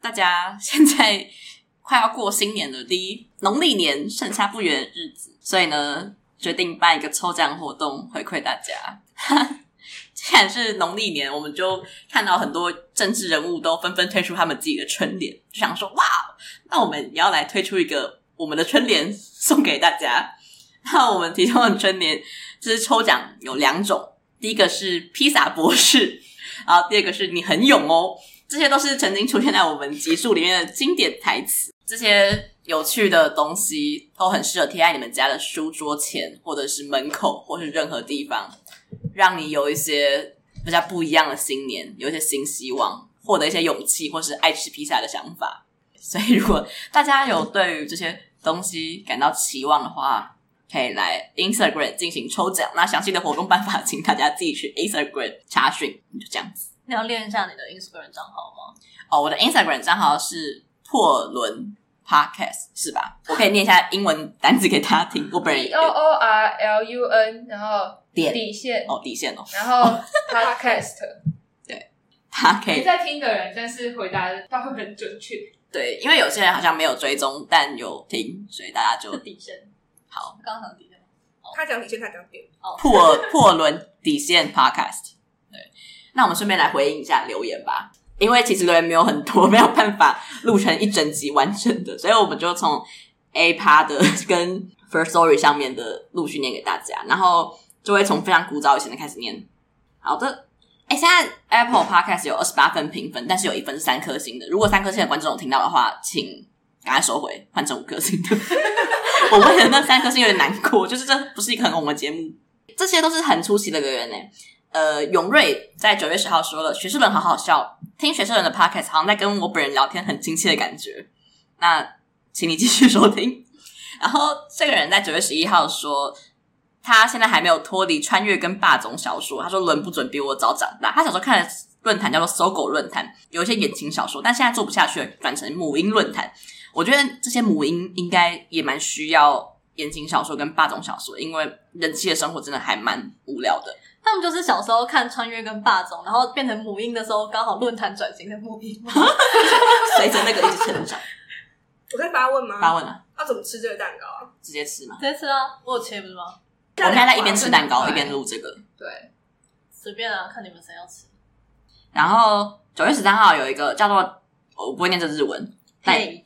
大家现在快要过新年了，离农历年剩下不远的日子，所以呢决定办一个抽奖活动回馈大家。既然是农历年，我们就看到很多政治人物都纷纷推出他们自己的春联，就想说哇，那我们也要来推出一个我们的春联送给大家。那我们提供的春联就是抽奖有2种，第一个是披萨博士，然后第二个是你很勇哦，这些都是曾经出现在我们集数里面的经典台词。这些有趣的东西都很适合贴在你们家的书桌前，或者是门口，或是任何地方，让你有一些比较不一样的新年，有一些新希望，获得一些勇气，或是爱吃披萨的想法。所以如果大家有对于这些东西感到期望的话，可以来 Instagram 进行抽奖。那详细的活动办法请大家自己去 Instagram 查询。就这样子。 你要练一下你的 Instagram 账号吗？ 我的 Instagram 账号是破轮 Podcast 是吧？我可以念一下英文单字给大家听。我本人 POORLUN 然后底线底线然后 Podcast 对，他可以没在听的人，但是回答他会很准确。 对，因为有些人好像没有追踪，但有听，所以大家就底线。 好， 刚刚讲底线， 他讲底线，他讲点。 破轮底线 Podcast。对，那我们顺便来回应一下留言吧。因为其实留言没有很多，没有办法录成一整集完整的，所以我们就从 A-Pod 的跟 First Story 上面的陆续念给大家，然后就会从非常古早以前的开始念。好的，现在 Apple Podcast 有28分评分，但是有1分是3颗星的。如果3颗星的观众有听到的话，请赶快收回，换成5颗星的。我为了那3颗星有点难过，就是这不是一个很红的节目。这些都是很出奇的留言耶。永瑞在9月10号说了，学士伦好好笑，听学士伦的 podcast 好像在跟我本人聊天，很亲切的感觉。那请你继续收听。然后这个人在9月11号说，他现在还没有脱离穿越跟霸总小说，他说伦不准比我早长大。他小时候看的论坛叫做搜狗论坛，有一些言情小说，但现在做不下去了，转成母婴论坛。我觉得这些母婴应该也蛮需要言情小说跟霸总小说，因为人妻的生活真的还蛮无聊的。 他们就是小时候看穿越跟霸总，然后变成母婴的时候，刚好论坛转型的母婴， 随着那个一直成长。 我可以发问吗？ 发问啊！ 要怎么吃这个蛋糕啊？ 直接吃吗？ 直接吃啊！我有切不是吗？ 我现在在一边吃蛋糕一边录这个。 对，随便啊，看你们谁要吃。 然后9月13号有一个叫做我不会念这日文 ，Pay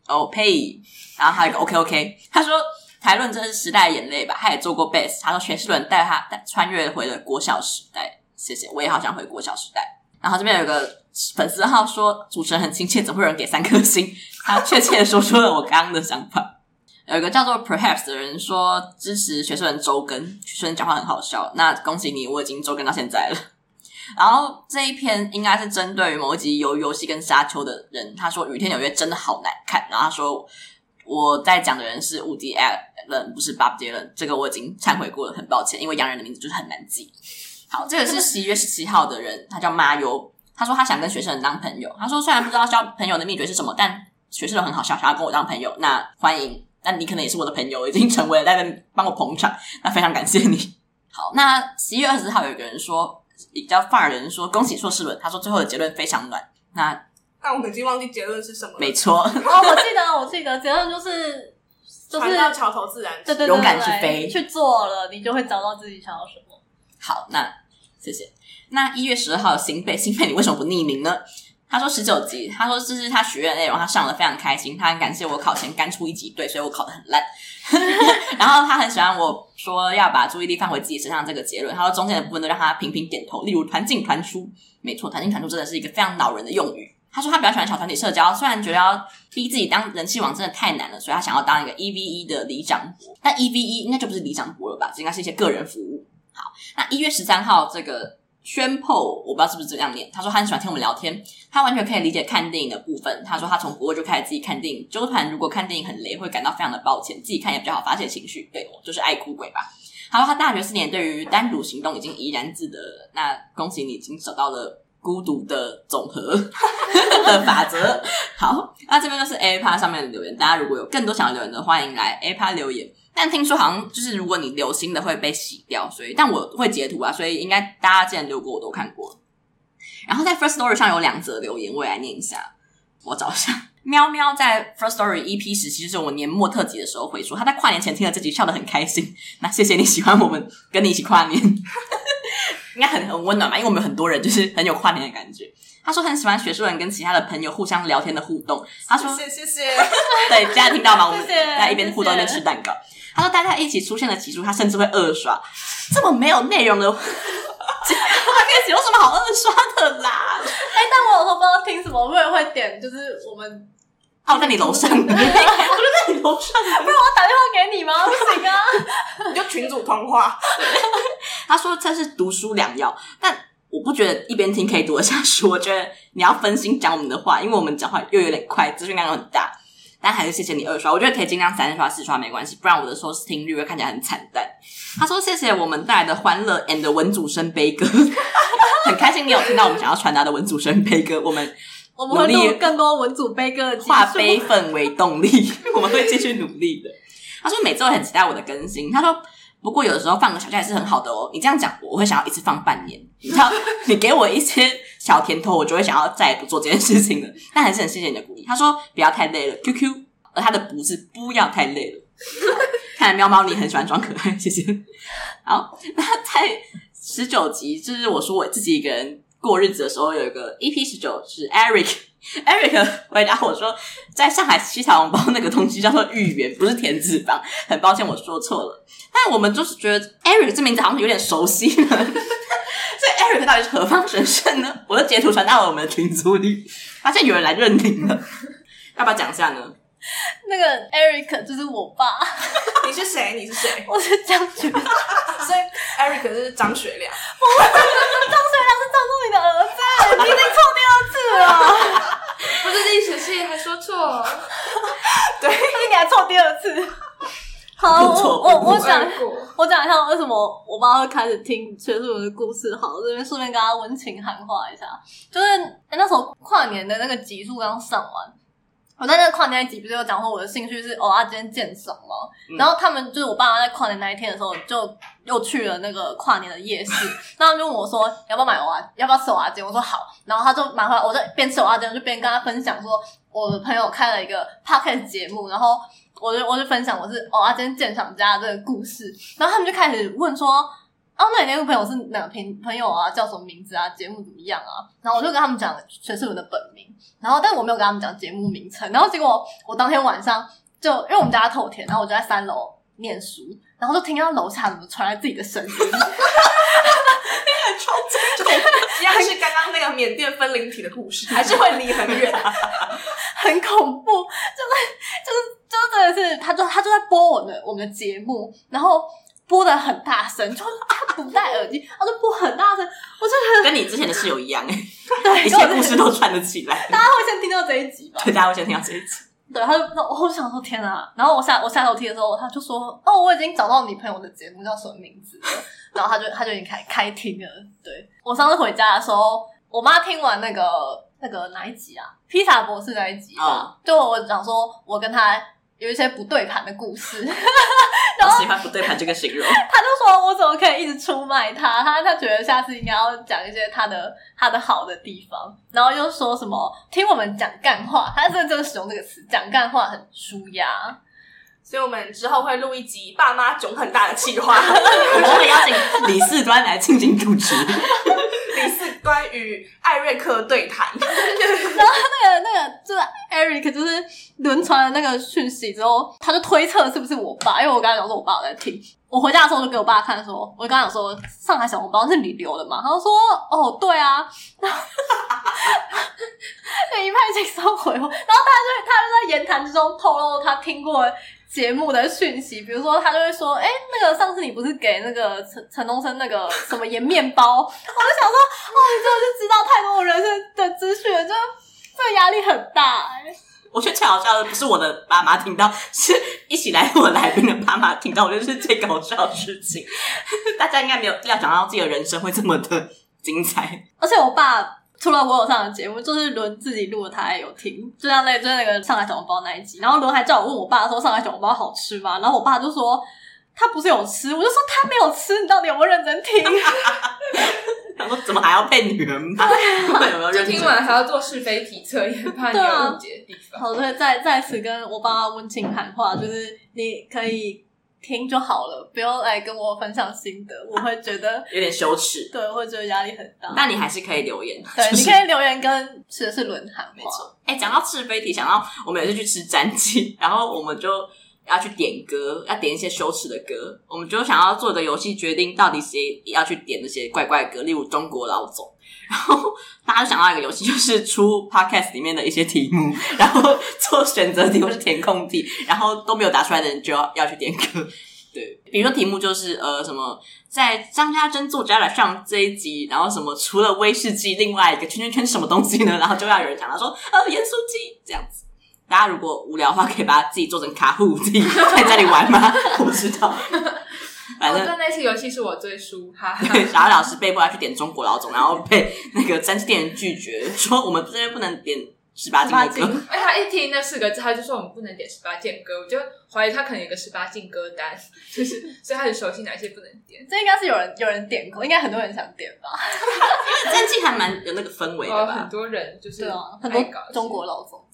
Pay， 然后还有一个 OK， 他说台论真是时代的眼泪吧，他也做过 Best， 他说学士伦带他穿越回了国小时代，谢谢，我也好想回国小时代。然后这边有一个粉丝号说主持人很亲切，怎么会有人给3颗星？他确切的说出了我刚刚的想法。有一个叫做 Perhaps 的人说支持学士伦周更，学士伦讲话很好笑，那恭喜你，我已经周更到现在了。然后这一篇应该是针对于某一集鱿鱼游戏跟沙丘的人，他说雨天纽约真的好难看，然后他说我在讲的人是Woody Allen，不是 Bob Dylan， 这个我已经忏悔过了，很抱歉，因为洋人的名字就是很难记。好，这个是11月17号的人，他叫麻油，他说他想跟学士伦当朋友，他说虽然不知道交朋友的秘诀是什么，但学士伦很好笑，想要跟我当朋友，那欢迎，那你可能也是我的朋友，已经成为了在那边帮我捧场，那非常感谢你。好，那11月24号有一个人说，比较范儿的人说恭喜硕士伦，他说最后的结论非常暖， 但我们已经忘记结论是什么了。 没错。 我记得结论就是船到桥头自然直， 对， 勇敢去飞， 去做了，你就会找到自己想要什么。 好，那谢谢。那1月12号新贝你为什么不匿名呢？他说19集，他说这是他许愿的内容，他上得非常开心，他很感谢我考前干出1集对，所以我考得很烂。然后他很喜欢我说要把注意力放回自己身上这个结论，他说中间的部分都让他频频点头，例如团进团出，没错，团进团出真的是一个非常恼人的用语。他说他比较喜欢小团体社交，虽然觉得要逼自己当人气王真的太难了，所以他想要当一个 EVE 的里长伯，但 EVE 应该就不是里长伯了吧，这应该是一些个人服务。好，那1月13号这个宣破我不知道是不是这样念，他说他很喜欢听我们聊天，他完全可以理解看电影的部分，他说他从国外就开始自己看电影，纠团如果看电影很雷会感到非常的抱歉，自己看也比较好发泄情绪，对，我就是爱哭鬼吧。他说他大学4年对于单独行动已经怡然自得了，那恭喜你已经找到了孤独的总和的法则。好，那这边就是 A-Pod 上面的留言，大家如果有更多想要留言的欢迎来 A-Pod 留言，但听说好像就是如果你留新的会被洗掉，所以但我会截图啊，所以应该大家之前留过我都看过。然后在 First Story 上有2则留言，我也来念一下。 我找一下。喵喵在 First Story EP 10期，就是我年末特辑的时候回说，他在跨年前听了这集，笑得很开心。那谢谢你喜欢我们，跟你一起跨年，应该很温暖嘛，因为我们有很多人就是很有跨年的感觉。他说很喜欢学术人跟其他的朋友互相聊天的互动。他说谢谢， 对，现在听到吗？我们谢谢在一边互动一边吃蛋糕。他说大家一起出现的集数，他甚至会二刷。这么没有内容的podcast有什么好二刷的啦？ 但我有时候不知道听什么，我也会点，就是我们我在你楼上，我就在你楼上， 不然我要打电话给你吗？不行啊， 你就群组通话。 他说这是读书良药，但我不觉得一边听可以读得下去，我觉得你要分心讲我们的话，因为我们讲话又有点快，资讯量又很大。但还是谢谢你二刷，我觉得可以尽量3刷4刷没关系，不然我的收视听率会看起来很惨淡。他说谢谢我们带来的欢乐 and 文祖生悲歌，很开心你有听到我们想要传达的文祖生悲歌，我们会录更多文祖悲歌的集数， 化悲愤为动力，我们会继续努力的。他说每周很期待我的更新，他说不过有的时候放个小假也是很好的哦。你这样讲我会想要一次放半年，你知道你给我一些小甜头，我就会想要再也不做这件事情了。但还是很谢谢你的鼓励。他说不要太累了 QQ， 而他的不是不要太累了。看来喵猫你很喜欢装可爱，谢谢。好，那在19集就是我说我自己一个人过日子的时候，有一个 EP19 是 Eric 回答我说，在上海吃小笼包那个东西叫做芋圆，不是甜脂肪，很抱歉我说错了。但我们就是觉得 Eric 这名字好像有点熟悉呢，所以 Eric 到底是何方神圣呢？我的截图传到了我们的群组里，发现有人来认领了，要不要讲一下呢？ 那个 Eric 就是我爸。 你是谁？你是谁？ 我是张学良。 所以 Eric 是张学良。 张学良是张仲景的儿子，你已经错第2次了。 不是历史系还说错， 对， 你还错第2次。好，我讲一下为什么我爸会开始听学术人的故事。好，这边顺便跟他温情喊话一下，就是那时候跨年的那个集数刚上完。我在那个跨年那集不是有讲说我的兴趣是今天健身嘛，然后他们就是我爸妈在跨年那一天的时候就又去了那个跨年的夜市，那他们就问我说要不要买要不要吃蚵仔煎，我说好，然后他就买回来，我就边吃蚵仔煎就边跟他分享说我的朋友开了一个 podcast 节目，然后我就分享我是蚵仔煎鉴赏家的这个故事，然后他们就开始问说那你那个朋友是哪个朋友啊？叫什么名字啊？节目怎么样啊？然后我就跟他们讲学士文的本名，然后但我没有跟他们讲节目名称。然后结果我当天晚上就因为我们家透天，然后我就在3楼念书，然后就听到楼下怎么传来自己的声音，你很超真，一样是刚刚那个缅甸分灵体的故事，还是会离很远， 很恐怖，就是真的是他就在播我们的节目，然后。播得很大声，就是他不戴耳机，他就播很大声，我就觉得跟你之前的室友一样对， 一切故事都串得起来。 大家会先听到这一集吧？ 对，大家会先听到这一集。 对，我就想说天啊！然后我下楼梯的时候，他就说我已经找到你朋友的节目叫什么名字了，然后他就已经开听了。对，我上次回家的时候，我妈听完那个哪一集啊？披萨博士那一集吧，就我讲说我跟他有一些不对盘的故事。 我喜欢不对盘这个形容。 他就说我怎么可以一直出卖他？他觉得下次应该要讲一些他的好的地方，然后又说什么听我们讲干话，他真的使用这个词，讲干话很舒压。 所以我们之后会录一集爸妈囧很大的企划， 我们会邀请李四端来进行主持。 李四端与艾瑞克对谈。 然后那个就是 Eric 就是轮传了那个讯息之后，他就推测是不是我爸，因为我跟他讲说我爸有在听。我回家的时候就给我爸看说，我就跟他讲说上海小笼包是你留的嘛？他就说对啊，然后就一派轻松回我，然后他就在言谈之中透露他听过节目的讯息，比如说他就会说那个上次你不是给那个陈东升那个什么盐面包，我就想说你真的是知道太多我人生的资讯了，就这个压力很大我觉得最好笑的不是我的爸妈听到，是一起来我来宾的爸妈听到，我觉得是最搞笑的事情。大家应该没有料想到自己的人生会这么的精彩。 而且我爸除了我有上的节目，就是伦自己录的，他也有听，就像就是那个上海小笼包那一集，然后伦还叫我问我爸说上海小笼包好吃吗？然后我爸就说他不是有吃，我就说他没有吃，你到底有没有认真听？ 想说怎么还要配女人吧？有没有认真？ 听完还要做是非题测验，怕你有误解的地方。 好，对，在此跟我爸妈温情喊话，就是你可以听就好了，不用来跟我分享心得，我会觉得有点羞耻。 对，我会觉得压力很大。 但你还是可以留言， 对， 就是你可以留言跟学士伦喊话。 没错。讲到是非题，想到我们有一次去吃詹记，然后我们就要去点歌，要点一些羞耻的歌，我们就想要做一个游戏，决定到底谁要去点那些怪怪的歌，例如中国老总。然后大家就想到一个游戏，就是出 podcast 里面的一些题目，然后做选择题或是填空题，然后都没有答出来的人就要去点歌。对，比如说题目就是什么，在张家珍作家来上这一集，然后什么除了威士忌，另外一个圈圈圈什么东西呢？然后就要有人讲到说盐酥鸡这样子。大家如果无聊的话，可以把它自己做成卡户，自己在家里玩吗？我不知道。反正那次游戏是我最输，哈哈。 对，小艾老师被迫要去点中国老总，然后被那个詹记店员拒绝，说我们这边不能点18禁的歌。 而且他一听那4个字，他就说我们不能点18禁歌，我就怀疑他可能有个18禁歌单，就是所以他很熟悉哪些不能点。 这应该是有人点过，应该很多人想点吧？ 因为詹记还蛮有那个氛围的吧？ 很多人就是很多中国老总。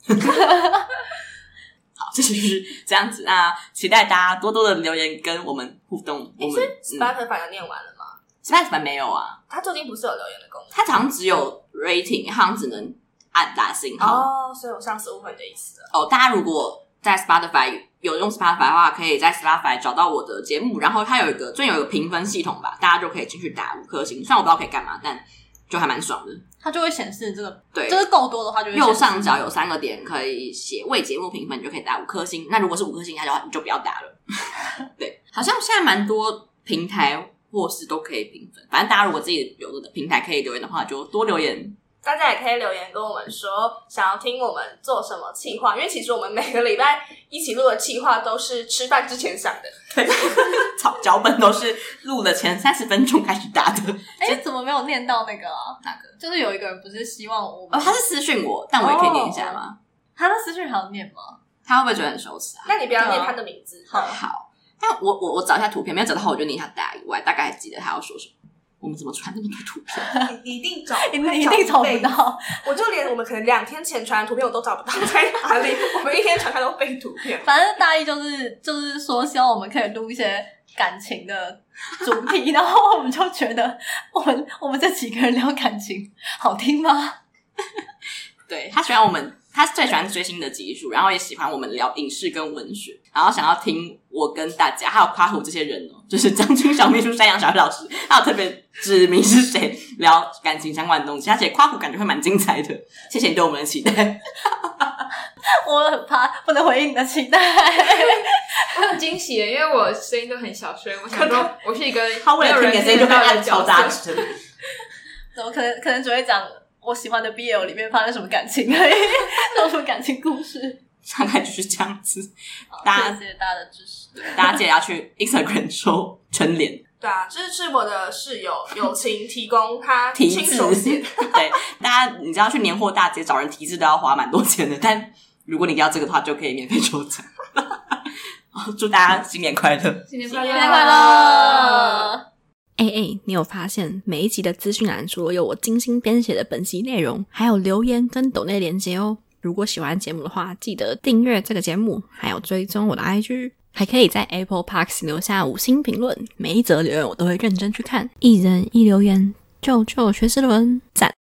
好，这就是这样子。那期待大家多多的留言跟我们互动。我们 Spotify 有念完了吗 ？Spotify 没有啊， 它最近不是有留言的功能？ 它好像只有 rating， 好像只能按打星号。 哦，所以我上次误会你的意思了。 大家如果在 Spotify 有用 Spotify 的话，可以在 Spotify 找到我的节目，然后它最近有一个评分系统吧，大家就可以进去打5颗星。虽然我不知道可以干嘛，但就还蛮爽的。 它就会显示这个， 对， 就是够多的话就会显示。 右上角有3个点可以写为节目评分，你就可以打5颗星。那如果是5颗星，你就不要打了。对，好像现在蛮多平台或是都可以评分，反正大家如果自己有的平台可以留言的话，就多留言。 大家也可以留言跟我们说想要听我们做什么企划，因为其实我们每个礼拜一起录的企划都是吃饭之前想的， 对，脚本都是录了前30分钟开始打的。 怎么没有念到那个啊？ 哪个？ 就是有一个人不是希望我们他是私讯我，但我也可以念一下吗？ 他的私讯还要念吗？ 他会不会觉得很羞耻啊？ 那你不要念他的名字。 好，但我找一下图片，没有找到我就念一下大以外，大概还记得他要说什么。我们怎么传那么多图片？ 你一定找， 一定找不到。 我就连我们可能2天前传的图片我都找不到在哪里。我们一天传太多废图片。 反正大意就是说，希望我们可以录一些感情的主题，然后我们就觉得我们这几个人聊感情好听吗？ 对，他喜欢我们。他最喜欢追星的集数，然后也喜欢我们聊影视跟文学，然后想要听我跟大家还有夸虎这些人就是将军小秘书山羊小老师，还有特别指明是谁聊感情相关的东西，而且夸虎感觉会蛮精彩的。谢谢你对我们的期待。 我很怕不能回应你的期待。 我很惊喜耶，因为我声音都很小声，我想说我是一个他为了听你的声音就会按超大声。 怎么可能只会讲我喜欢的 BL 里面发生什么感情而已，有什么感情故事， 大概就是这样子。谢谢大家的支持。 大家记得要去 Instagram 收春联。 对啊，这是我的室友友情提供他题亲手写。 对，大家你知道去年货大街找人题字都要花蛮多钱的，但如果你要这个的话，就可以免费抽奖。祝大家新年快乐！ 新年快乐！ 新年快乐！ 你有发现每一集的资讯栏除了有我精心编写的本集内容，还有留言跟抖内连结哦。如果喜欢节目的话，记得订阅这个节目，还有追踪我的 IG， 还可以在 Apple Podcast 留下5星评论，每一则留言我都会认真去看。一人一留言，救学士伦，赞！